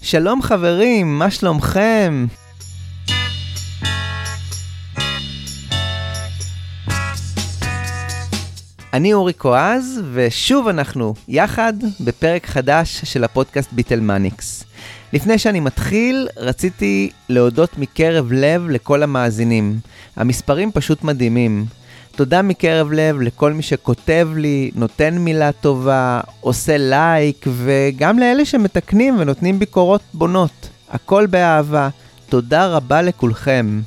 שלום חברים, מה שלומכם? אני אורי קואז, ושוב אנחנו יחד בפרק חדש של הפודקאסט ביטלמניקס. לפני שאני מתחיל, רציתי להודות מקרב לב לכל המאזינים. המספרים פשוט מדהימים. תודה מקרב לב לכל מי שכותב לי, נותן מילה טובה, עושה לייק, וגם לאלה שמתקנים ונותנים ביקורות בונות. הכל באהבה. תודה רבה לכולכם.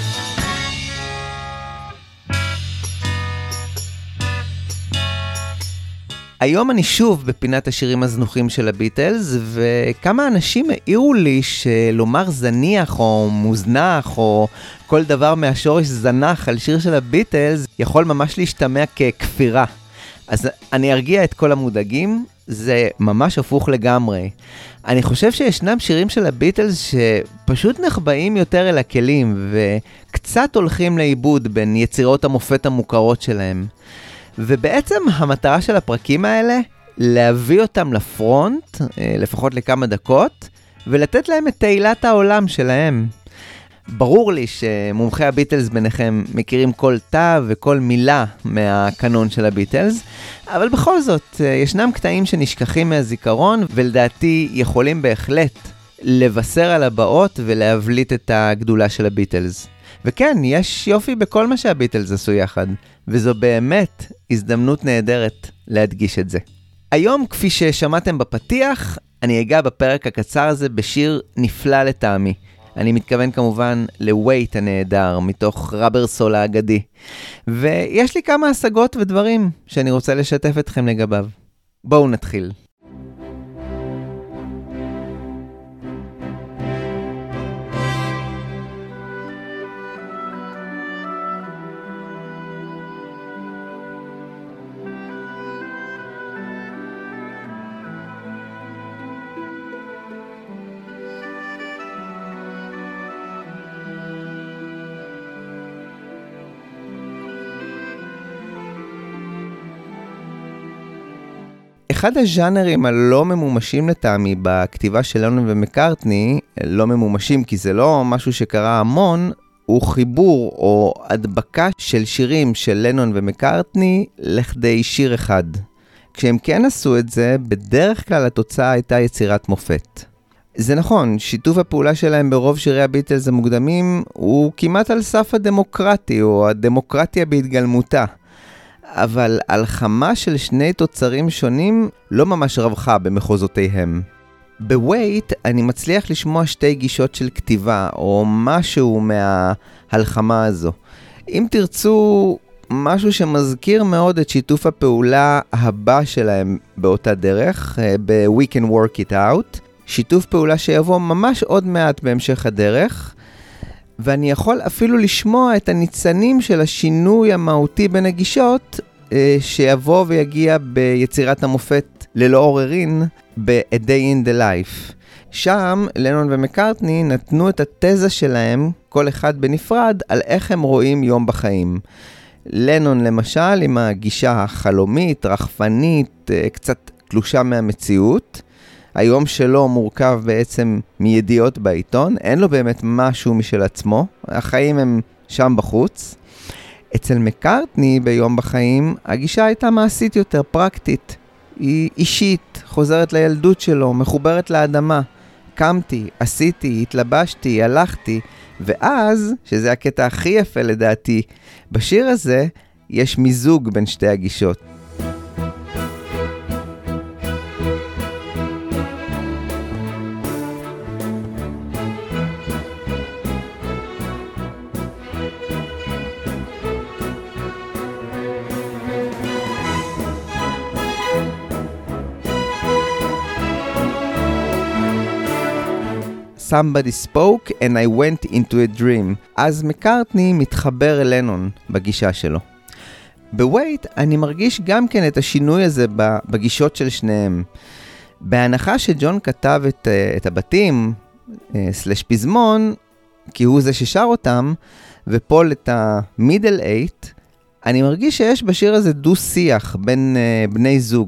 היום אני שוב בפינת השירים הזנוחים של הביטלס, וכמה אנשים העירו לי שלומר זניח או מוזנח או כל דבר מהשורש זנח על שיר של הביטלס יכול ממש להשתמע ככפירה. אז אני ארגיע את כל המודאגים, זה ממש הפוך לגמרי. אני חושב שישנם שירים של הביטלס שפשוט נחבאים יותר אל הכלים וקצת הולכים לאיבוד בין יצירות המופת המוכרות שלהם. ובעצם המטרה של הפרקים האלה, להביא אותם לפרונט, לפחות לכמה דקות, ולתת להם את תהילת העולם שלהם. ברור לי שמומחי הביטלס ביניכם מכירים כל תא וכל מילה מהקנון של הביטלס, אבל בכל זאת, ישנם קטעים שנשכחים מהזיכרון, ולדעתי יכולים בהחלט לבשר על הבאות ולהבליט את הגדולה של הביטלס. וכן, יש יופי בכל מה שהביטלס עשו יחד, וזו באמת הזדמנות נהדרת להדגיש את זה. היום, כפי ששמעתם בפתיח, אני אגע בפרק הקצר הזה בשיר נפלא לטעמי. אני מתכוון כמובן לווייט הנהדר, מתוך רבר סול האגדי. ויש לי כמה השגות ודברים שאני רוצה לשתף אתכם לגביו. בואו נתחיל. אחד הז'אנרים הלא ממומשים לטעמי בכתיבה של לנון ומקארטני, לא ממומשים כי זה לא משהו שקרה המון, הוא חיבור או הדבקה של שירים של לנון ומקארטני לכדי שיר אחד. כשהם כן עשו את זה, בדרך כלל התוצאה הייתה יצירת מופת. זה נכון, שיתוף הפעולה שלהם ברוב שירי הביטלס המוקדמים הוא כמעט על סף הדמוקרטי או הדמוקרטיה בהתגלמותה. אבל הלחמה של שני תוצרים שונים לא ממש רווחה במחוזותיהם. בווייט אני מצליח לשמוע שתי גישות של כתיבה או משהו מההלחמה הזו. אם תרצו משהו שמזכיר מאוד את שיתוף הפעולה הבא שלהם באותה דרך, ב-We Can Work It Out, שיתוף פעולה שיבוא ממש עוד מעט בהמשך הדרך, ואני יכול אפילו לשמוע את הניצנים של השינוי המהותי בין הגישות שיבוא ויגיע ביצירת המופת ללא עוררין ב-A Day in the Life. שם לנון ומקארטני נתנו את התזה שלהם, כל אחד בנפרד, על איך הם רואים יום בחיים. לנון למשל עם הגישה החלומית, רחפנית, קצת תלושה מהמציאות. היום שלו מורכב בעצם מידיעות בעיתון, אין לו באמת משהו משל עצמו, החיים הם שם בחוץ. אצל מקארטני ביום בחיים, הגישה הייתה מעשית יותר, פרקטית. היא אישית, חוזרת לילדות שלו, מחוברת לאדמה. קמתי, עשיתי, התלבשתי, הלכתי, ואז, שזה הקטע הכי יפה לדעתי, בשיר הזה יש מיזוג בין שתי הגישות. Somebody spoke and I went into a dream. אז מקארטני מתחבר לנון בגישה שלו. בווייט אני מרגיש גם כן את השינוי הזה בגישות של שניהם. בהנחה שג'ון כתב את הבתים, סלש פזמון, כי הוא זה ששר אותם, ופול את המידל אייט, אני מרגיש שיש בשיר הזה דו שיח בין בני זוג.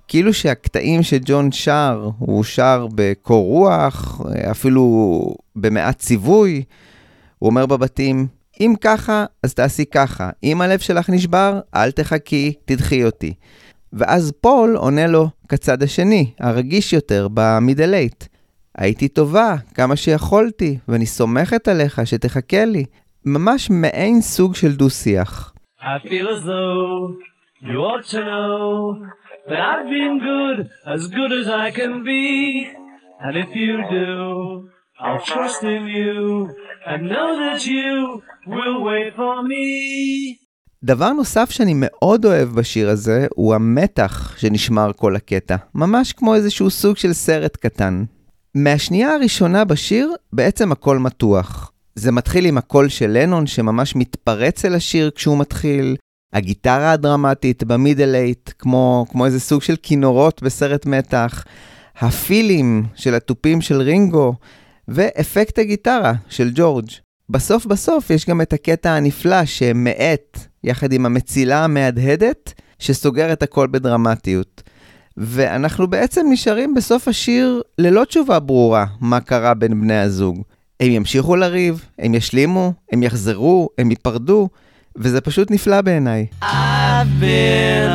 כאילו שהקטעים שג'ון שר, הוא שר בקור רוח, אפילו במעט ציווי. הוא אומר בבתים, אם ככה, אז תעשי ככה. אם הלב שלך נשבר, אל תחכי, תדחי אותי. ואז פול עונה לו כצד השני, הרגיש יותר, במידלייט. הייתי טובה, כמה שיכולתי, ואני סומכת עליך שתחכה לי. ממש מעין סוג של דו-שיח. I feel as though you ought to know that I've been good as I can be. And if you do, I'll trust in you and know that you will wait for me. דבר נוסף שאני מאוד אוהב בשיר הזה, הוא המתח שנשמר כל הקטע. ממש כמו איזשהו סוג של סרט קטן. מהשנייה הראשונה בשיר, בעצם הכל מתוח. זה מתחיל עם הקול של לנון שממש מתפרץ אל השיר כשהוא מתחיל. הגיטרה הדרמטית במידלייט, כמו איזה סוג של כינורות בסרט מתח. הפילים של הטופים של רינגו, ואפקט הגיטרה של ג'ורג'. בסוף יש גם את הקטע הנפלא שמעט, יחד עם המצילה המהדהדת, שסוגר את הכל בדרמטיות. ואנחנו בעצם נשארים בסוף השיר ללא תשובה ברורה מה קרה בין בני הזוג. הם ימשיכו לריב, הם ישלימו, הם יחזרו, הם ייפרדו, וזה פשוט נפלא בעיניי. I've been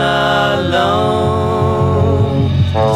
alone.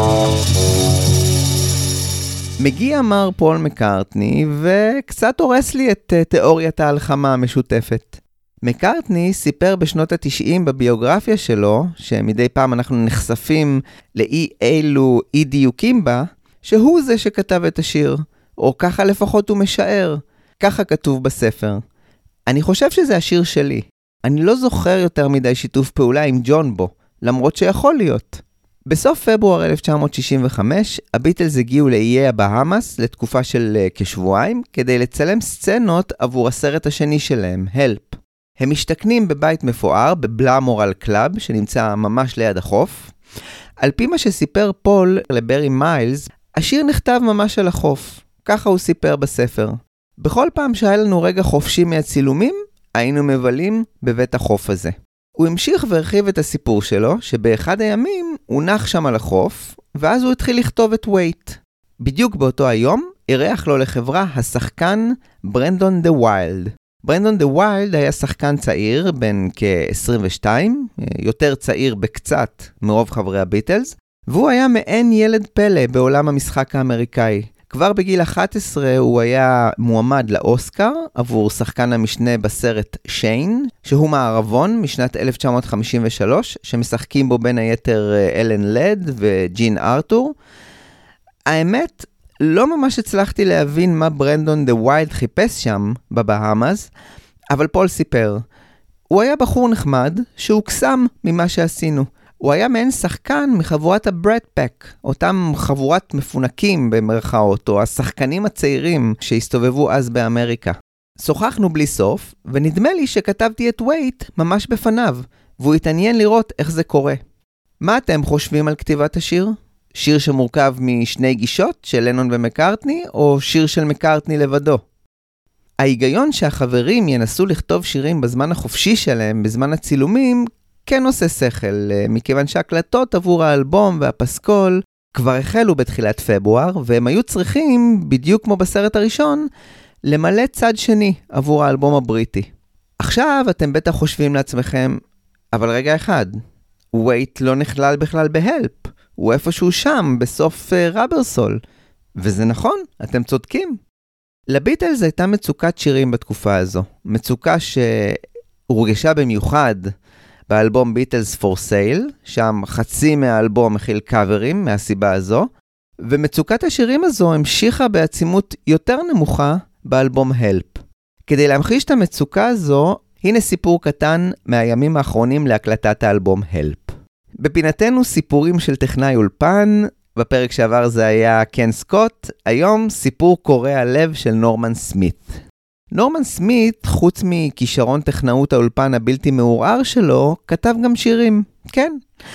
מגיע מר פול מקארטני וקצת הורס לי את תיאוריית ההלחמה המשותפת. מקארטני סיפר בשנות ה-90 בביוגרפיה שלו, שמדי פעם אנחנו נחשפים לאי אילו אי דיוקים בה, שהוא זה שכתב את השיר, או ככה לפחות הוא משער, ככה כתוב בספר. אני חושב שזה השיר שלי. אני לא זוכר יותר מדי שיתוף פעולה עם ג'ון בו, למרות שיכול להיות. בסוף פברואר 1965, הביטלס הגיעו לאיי הבהאמאס לתקופה של כשבועיים, כדי לצלם סצנות עבור הסרט השני שלהם, Help. הם משתכנים בבית מפואר בבלאמורל קלאב, שנמצא ממש ליד החוף. על פי מה שסיפר פול לברי מיילס, השיר נכתב ממש על החוף. ככה הוא סיפר בספר. בכל פעם שהיה לנו רגע חופשי מהצילומים, היינו מבלים בבית החוף הזה. הוא המשיך והרחיב את הסיפור שלו, שבאחד הימים הוא נח שם על החוף, ואז הוא התחיל לכתוב את וייט. בדיוק באותו היום, אירח לו לחברה השחקן ברנדון דה ויילד. ברנדון דה ויילד היה שחקן צעיר, בן כ-22, יותר צעיר בקצת מרוב חברי הביטלס, והוא היה מעין ילד פלא בעולם המשחק האמריקאי. כבר בגיל 11 הוא היה מועמד לאוסקר עבור שחקן המשנה בסרט שיין, שהוא מערבון משנת 1953, שמשחקים בו בין היתר אלן לד וג'ין ארתור. האמת, לא ממש הצלחתי להבין מה ברנדון דה ויילד חיפש שם בבהאמאס, אבל פול סיפר. הוא היה בחור נחמד שהוקסם ממה שעשינו. הוא היה מעין שחקן מחבורת הברד פק, אותם חבורת מפונקים במרכאות, או השחקנים הצעירים שהסתובבו אז באמריקה. שוחחנו בלי סוף, ונדמה לי שכתבתי את וייט ממש בפניו, והוא התעניין לראות איך זה קורה. מה אתם חושבים על כתיבת השיר? שיר שמורכב משני גישות של לנון ומקארטני, או שיר של מקארטני לבדו? ההיגיון שהחברים ינסו לכתוב שירים בזמן החופשי שלהם, בזמן הצילומים, כן עושה שכל, מכיוון שהקלטות עבור האלבום והפסקול כבר החלו בתחילת פברואר, והם היו צריכים, בדיוק כמו בסרט הראשון, למלא צד שני עבור האלבום הבריטי. עכשיו אתם בטח חושבים לעצמכם, אבל רגע אחד, וייט לא נכלל בכלל בהלפ, הוא איפשהו שם בסוף רברסול, וזה נכון, אתם צודקים. לביטלס הייתה מצוקת שירים בתקופה הזו, מצוקה שהורגשה במיוחד באלבום ביטלס פור סייל, שם חצי מהאלבום מכיל קאברים מהסיבה הזו, ומצוקת השירים הזו המשיכה בעצימות יותר נמוכה באלבום הלפ. כדי להמחיש את המצוקה הזו, הנה סיפור קטן מהימים האחרונים להקלטת האלבום הלפ. בפינתנו סיפורים של טכנאי אולפן, בפרק שעבר זה היה קן סקוט, היום סיפור קורע לב של נורמן סמית. נורמן סמית, חוץ מכישרון טכנאות האולפן הבלתי מעורער שלו, כתב גם שירים. כן.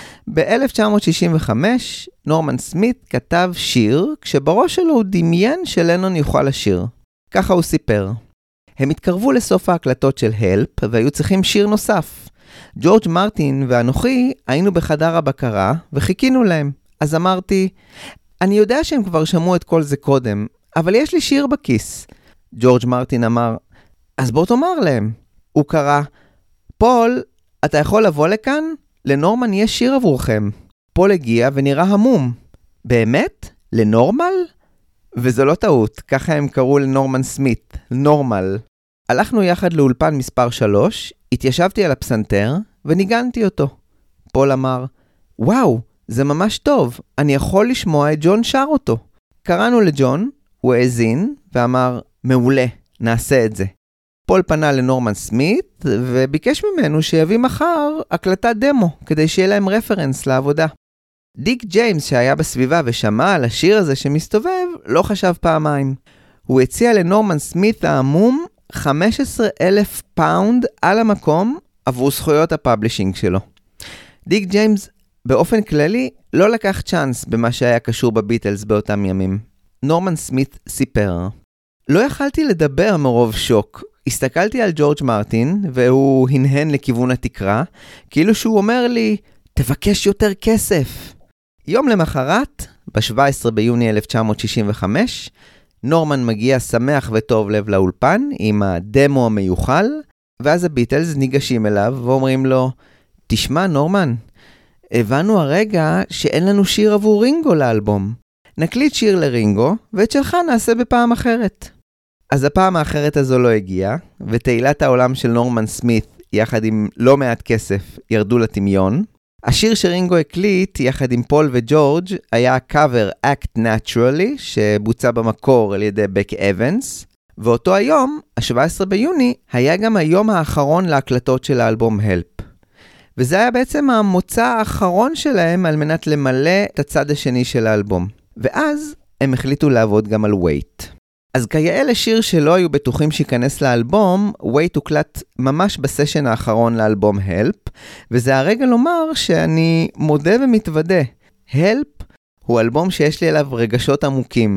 ב-1965, נורמן סמית כתב שיר, כשבראש שלו הוא דמיין שלנון יוכל לשיר. ככה הוא סיפר. הם התקרבו לסוף ההקלטות של הלפ, והיו צריכים שיר נוסף. ג'ורג' מרטין ואנוכי היינו בחדר הבקרה וחיכינו להם. אז אמרתי, אני יודע שהם כבר שמעו את כל זה קודם, אבל יש לי שיר בכיס. ג'ורג' מרטין אמר, אז בוא תאמר להם. הוא קרא, פול, אתה יכול לבוא לכאן? לנורמן יש שיר עבורכם. פול הגיע ונראה המום. באמת? לנורמל? וזו לא טעות, ככה הם קראו לנורמן סמית, נורמל. הלכנו יחד לאולפן מספר 3, התיישבתי על הפסנתר וניגנתי אותו. פול אמר, וואו, זה ממש טוב, אני יכול לשמוע את ג'ון שר אותו. קראנו לג'ון, הוא האזין ואמר, מעולה, נעשה את זה. פול פנה לנורמן סמית וביקש ממנו שיביא מחר הקלטת דמו, כדי שיהיה להם רפרנס לעבודה. דיק ג'יימס שהיה בסביבה ושמע על השיר הזה שמסתובב, לא חשב פעמיים. הוא הציע לנורמן סמית העמום 15,000 פאונד על המקום עבור זכויות הפאבלישינג שלו. דיק ג'יימס באופן כללי לא לקח צ'אנס במה שהיה קשור בביטלס באותם ימים. נורמן סמית סיפר, לא יכלתי לדבר מרוב שוק. הסתכלתי על ג'ורג' מרטין והוא הנהן לכיוון התקרה, כאילו שהוא אומר לי, תבקש יותר כסף. יום למחרת, ב-17 ביוני 1965, נורמן מגיע שמח וטוב לב לאולפן עם הדמו המיוחל, ואז הביטלס ניגשים אליו ואומרים לו, תשמע נורמן, הבנו הרגע שאין לנו שיר עבור רינגו לאלבום. נקליט שיר לרינגו, ואת שלך נעשה בפעם אחרת. אז הפעם האחרת הזו לא הגיעה, ותהילת העולם של נורמן סמית, יחד עם לא מעט כסף, ירדו לטמיון. השיר שרינגו הקליט, יחד עם פול וג'ורג', היה הקאבר Act Naturally, שבוצע במקור על ידי בק אבנס, ואותו היום, ה-17 ביוני, היה גם היום האחרון להקלטות של האלבום Help. וזה היה בעצם המוצא האחרון שלהם על מנת למלא את הצד השני של האלבום. ואז הם החליטו לעבוד גם על Wait. אז כיאה לשיר שלא היו בטוחים שיכנס לאלבום, Wait הוקלט ממש בסשן האחרון לאלבום Help, וזה הרגע לומר שאני מודה ומתוודה. Help הוא אלבום שיש לי עליו רגשות עמוקים,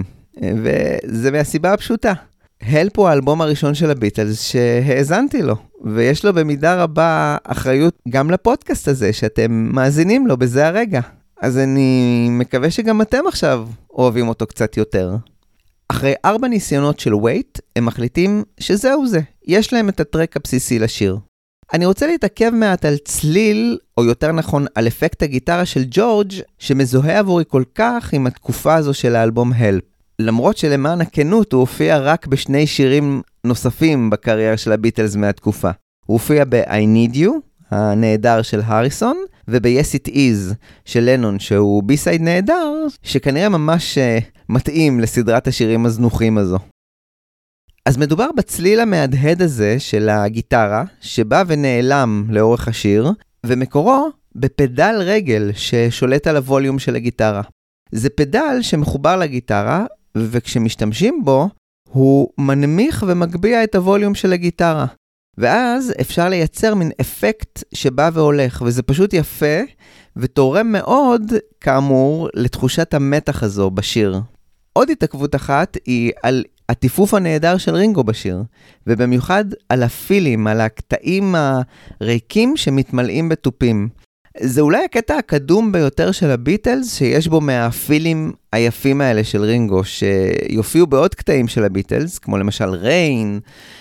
וזה מהסיבה הפשוטה. Help הוא האלבום הראשון של הביטלס שהאזנתי לו, ויש לו במידה רבה אחריות גם לפודקאסט הזה שאתם מאזינים לו בזה הרגע. אז אני מקווה שגם אתם עכשיו אוהבים אותו קצת יותר. אחרי 4 ניסיונות של Wait, הם מחליטים שזהו זה, יש להם את הטרק הבסיסי לשיר. אני רוצה להתעכב מעט על צליל, או יותר נכון על אפקט הגיטרה של ג'ורג' שמזוהה עבורי כל כך עם התקופה הזו של האלבום Help. למרות שלמען הכנות הוא הופיע רק ב2 שירים נוספים בקריירה של הביטלס מהתקופה. הוא הופיע ב-I Need You, הנהדר של הריסון, וב-Yes It Is של לנון, שהוא בי-סייד נהדר, שכנראה ממש מתאים לסדרת השירים הזנוחים הזו. אז מדובר בצליל המהדהד הזה של הגיטרה, שבא ונעלם לאורך השיר, ומקורו בפדל רגל ששולט על הווליום של הגיטרה. זה פדל שמחובר לגיטרה, וכשמשתמשים בו, הוא מנמיך ומגביע את הווליום של הגיטרה. ואז אפשר לייצר מין אפקט שבא והולך, וזה פשוט יפה, ותורם מאוד, כאמור, לתחושת המתח הזו בשיר. עוד התעכבות אחת היא על הטיפוף הנהדר של רינגו בשיר, ובמיוחד על הפילים, על הקטעים הריקים שמתמלאים בטופים. זה אולי הקטע הקדום ביותר של הביטלס, שיש בו מהפילים היפים האלה של רינגו, שיופיעו בעוד קטעים של הביטלס, כמו למשל ריין,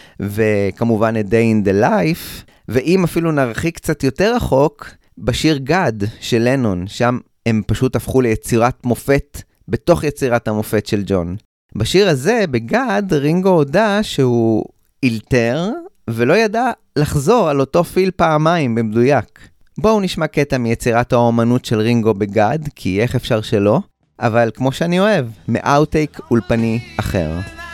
וכמובן A Day in the Life, ואם אפילו נרחיק קצת יותר רחוק, בשיר God של לנון, שם הם פשוט הפכו ליצירת מופת, בתוך יצירת המופת של ג'ון. בשיר הזה, בגד, רינגו הודע שהוא אילתר, ולא ידע לחזור על אותו פיל פעמיים במדויק. בואו נשמע קטע מיצירת האומנות של רינגו בגד, כי איך אפשר שלא, אבל כמו שאני אוהב, מאוטטייק אולפני אחר.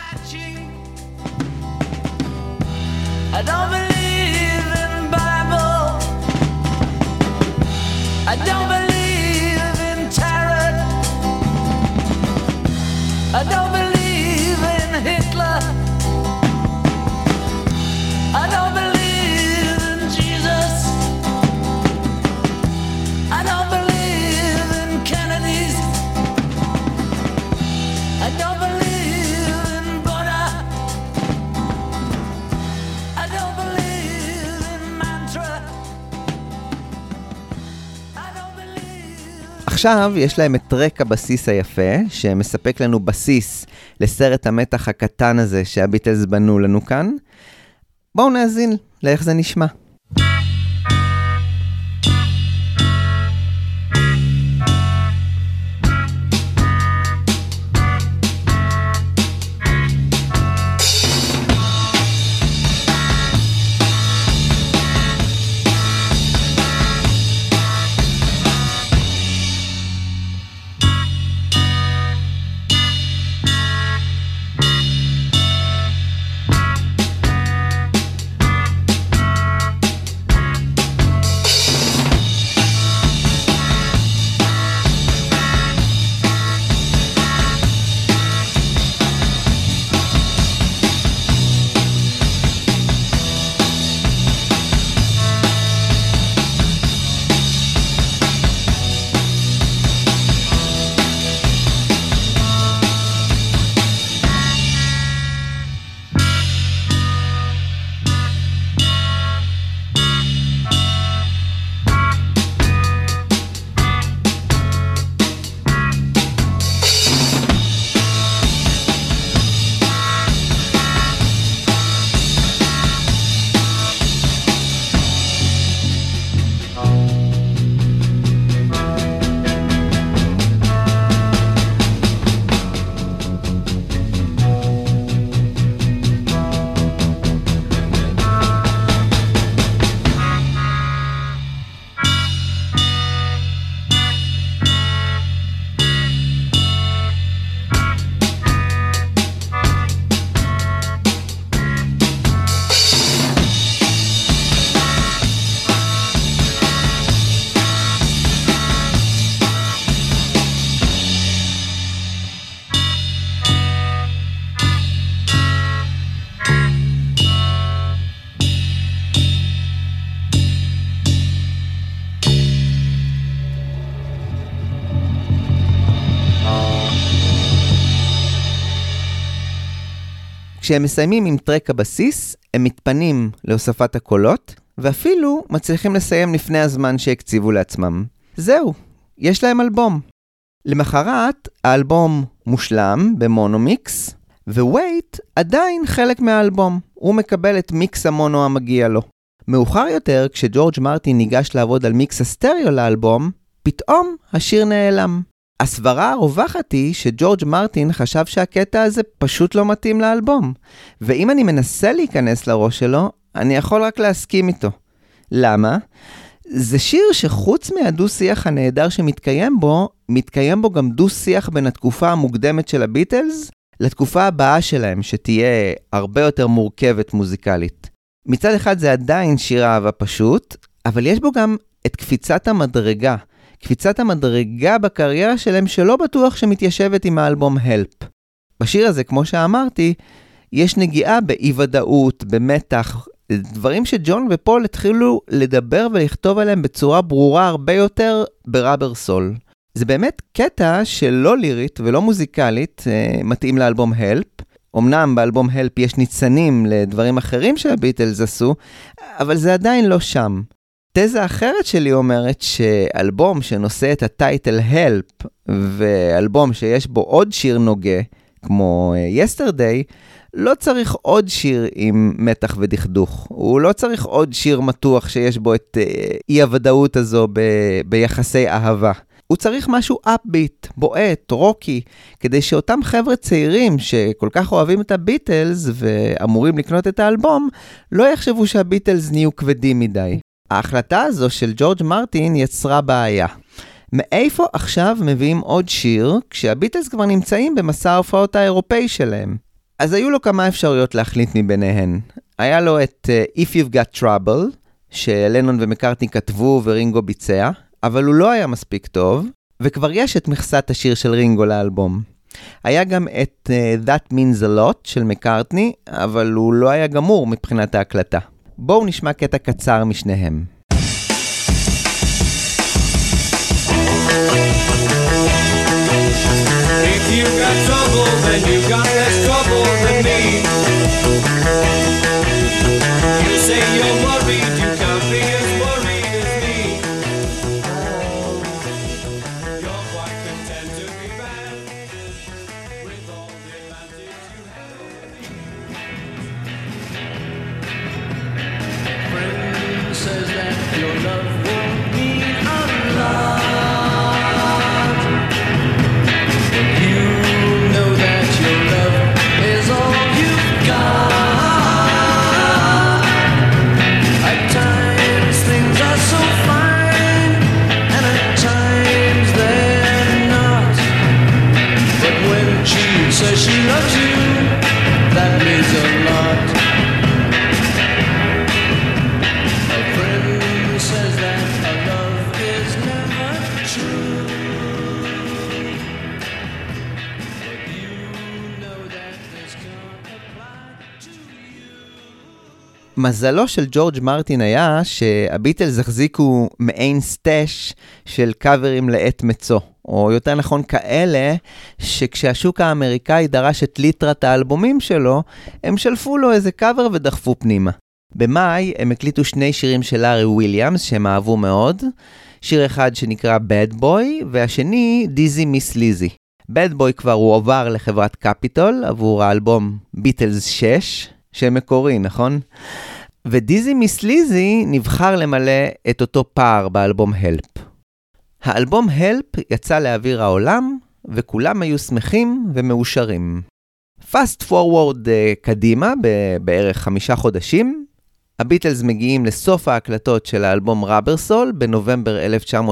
I don't believe in Bible. I don't believe in tarot. I don't believe in Hitler. I don't believe in Jesus. I don't believe in Kennedys. I don't believe in Buddha. I don't believe in mantra. עכשיו יש להם את טרק הבסיס היפה, שמספק לנו בסיס לסרט המתח הקטן הזה שהביטלס בנו לנו כאן. בואו נאזין לאיך זה נשמע. כשהם מסיימים עם טרק הבסיס, הם מתפנים להוספת הקולות, ואפילו מצליחים לסיים לפני הזמן שהקציבו לעצמם. זהו, יש להם אלבום. למחרת, האלבום מושלם במונומיקס, ווייט עדיין חלק מהאלבום. הוא מקבל את מיקס המונו המגיע לו. מאוחר יותר, כשג'ורג' מרטין ניגש לעבוד על מיקס הסטריאו לאלבום, פתאום השיר נעלם. הסברה הרווחת היא שג'ורג' מרטין חשב שהקטע הזה פשוט לא מתאים לאלבום. ואם אני מנסה להיכנס לראש שלו, אני יכול רק להסכים איתו. למה? זה שיר שחוץ מהדו-שיח הנהדר שמתקיים בו, מתקיים בו גם דו-שיח בין התקופה המוקדמת של הביטלס לתקופה הבאה שלהם, שתהיה הרבה יותר מורכבת מוזיקלית. מצד אחד זה עדיין שיר אהבה פשוט, אבל יש בו גם את קפיצת המדרגה. קפיצת המדרגה בקריירה שלהם שלא בטוח שמתיישבת עם האלבום Help. בשיר הזה, כמו שאמרתי, יש נגיעה באי-ודאות, במתח, דברים שג'ון ופול התחילו לדבר ולכתוב עליהם בצורה ברורה הרבה יותר בראבר סול. זה באמת קטע שלא לירית ולא מוזיקלית מתאים לאלבום Help. אמנם באלבום Help יש ניצנים לדברים אחרים שהביטלס עשו, אבל זה עדיין לא שם. תזה אחרת שלי אומרת שאלבום שנושא את הטייטל Help, ואלבום שיש בו עוד שיר נוגה, כמו Yesterday, לא צריך עוד שיר עם מתח ודכדוך. הוא לא צריך עוד שיר מתוח שיש בו את אי-הוודאות הזו ביחסי אהבה. הוא צריך משהו אפביט, בועט, רוקי, כדי שאותם חבר'ה צעירים שכל כך אוהבים את הביטלס ואמורים לקנות את האלבום, לא יחשבו שהביטלס נהיו כבדים מדי. ההחלטה הזו של ג'ורג' מרטין יצרה בעיה. מאיפה עכשיו מביאים עוד שיר כשהביטלס כבר נמצאים במסע ההופעות האירופאי שלהם? אז היו לו כמה אפשרויות להחליט מביניהן. היה לו את If You've Got Trouble, שלנון ומקארטני כתבו ורינגו ביצע, אבל הוא לא היה מספיק טוב, וכבר יש את מכסת השיר של רינגו לאלבום. היה גם את That Means a Lot של מקארטני, אבל הוא לא היה גמור מבחינת ההקלטה. בואו נשמע קטע קצר משניהם. If you got trouble, then you got less trouble than me. You say you're worried, you can't be as worried as me. מזלו של ג'ורג' מרטין היה שהביטלס החזיקו מעין סטש של קאברים לעת מצוא, או יותר נכון כאלה שכשהשוק האמריקאי דרש את ליטרת האלבומים שלו, הם שלפו לו איזה קאבר ודחפו פנימה. במאי הם הקליטו 2 שירים של לארי וויליאמס שהם אהבו מאוד, שיר אחד שנקרא Bad Boy והשני Dizzy Miss Lizzy. Bad Boy כבר הוא עבר לחברת קפיטול עבור האלבום ביטלס 6, שם מקורי, נכון? ודיזי מיס ליזי נבחר למלא את אותו פער באלבום Help. האלבום Help יצא לאוויר העולם, וכולם היו שמחים ומאושרים. Fast forward קדימה, בערך 5 חודשים, הביטלס מגיעים לסוף ההקלטות של האלבום Rubber Soul בנובמבר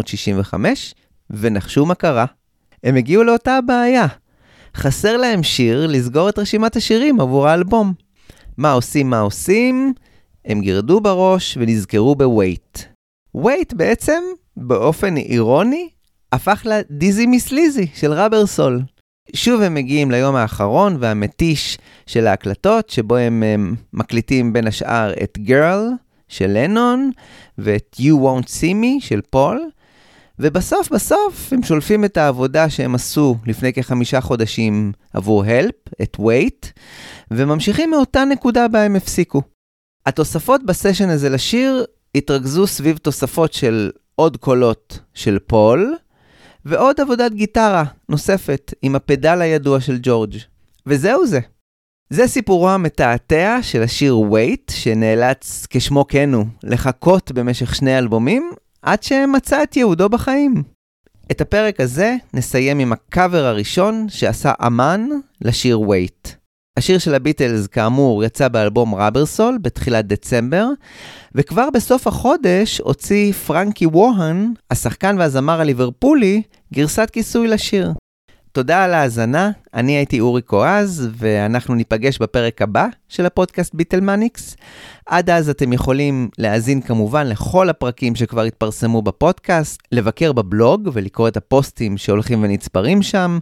1965, ונחשו מה קרה. הם הגיעו לאותה הבעיה. חסר להם שיר לסגור את רשימת השירים עבור האלבום. מה עושים? הם גירדו בראש ונזכרו בווייט. ווייט בעצם, באופן אירוני, הפך לדיזי מיס ליזי של ראבר סול. שוב הם מגיעים ליום האחרון והמתיש של ההקלטות, שבו הם מקליטים בין השאר את Girl של לנון, ואת You Won't See Me של פול, ובסוף הם שולפים את העבודה שהם עשו לפני כ5 חודשים עבור Help, את Wait, וממשיכים מאותה נקודה בה הם הפסיקו. התוספות בסשן הזה לשיר התרכזו סביב תוספות של עוד קולות של פול, ועוד עבודת גיטרה נוספת עם הפדל הידוע של ג'ורג'. וזהו זה. זה סיפורו המתעתע של השיר Wait, שנאלץ כשמו כן הוא לחכות במשך 2 אלבומים, עד שמצא את יהודו בחיים. את הפרק הזה נסיים עם הקאבר הראשון שעשה אמן לשיר Wait. השיר של הביטלס כאמור יצא באלבום Rubber Soul בתחילת דצמבר, וכבר בסוף החודש הוציא פרנקי ווהן, השחקן והזמר הליברפולי, גרסת כיסוי לשיר. תודה על ההאזנה, אני הייתי אורי קואז, ואנחנו ניפגש בפרק הבא של הפודקאסט ביטלמניקס. עד אז אתם יכולים להאזין כמובן לכל הפרקים שכבר התפרסמו בפודקאסט, לבקר בבלוג ולקרוא את הפוסטים שהולכים ונצפרים שם,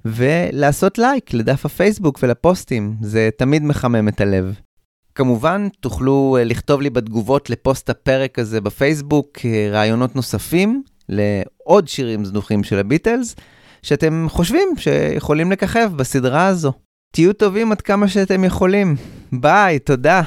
ולעשות לייק לדף הפייסבוק ולפוסטים, זה תמיד מחמם את הלב. כמובן תוכלו לכתוב לי בתגובות לפוסט הפרק הזה בפייסבוק רעיונות נוספים לעוד שירים זנוחים של הביטלס, שאתם חושבים שיכולים לככב בסדרה הזו. תהיו טובים עד כמה שאתם יכולים. ביי, תודה.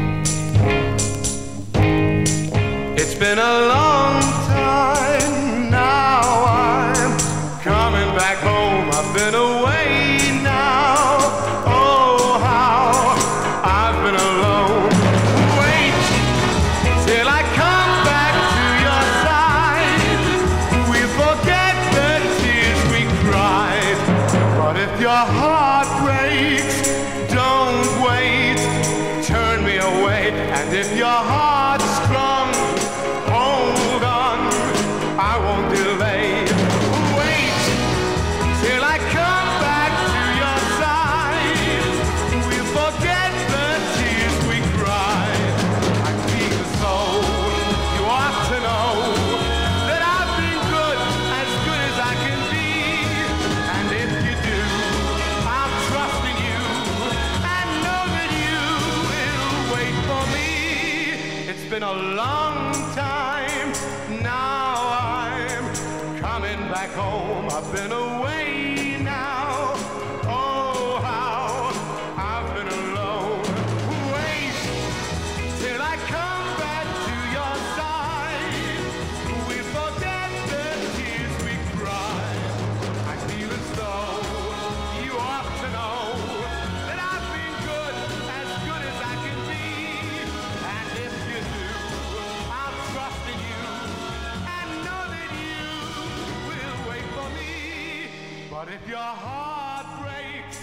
It's been a long time now I'm coming back home. I've been away now. Oh, how I've been alone. Wait till I come back to your side. We forget the tears we cried. But if your heart breaks, don't wait. Turn me away. And if your heart's strong, hold on, I won't delay. Wait till I come back to your side. We forget the tears we cried. I feel as though you ought to know that I've been good as I can be. And if you do, I'll trust in you and know that you will wait for me. It's been a long time, now I'm coming back home. I've been away now, oh how I've been alone. Wait till I come back to your side. We forget the tears we cried. I feel as though you ought to know that I've been good as I can be. And if you do, I'll trust in you and know that you will wait for me. But if your heart breaks,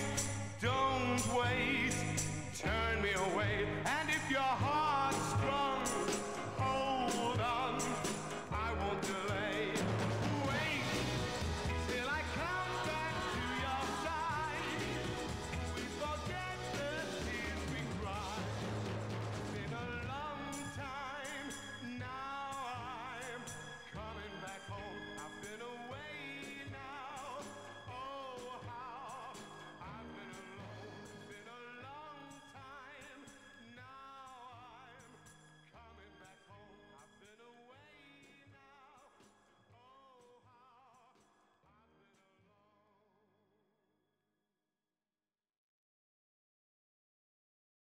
don't wait. Turn me away. And if your heart's strong,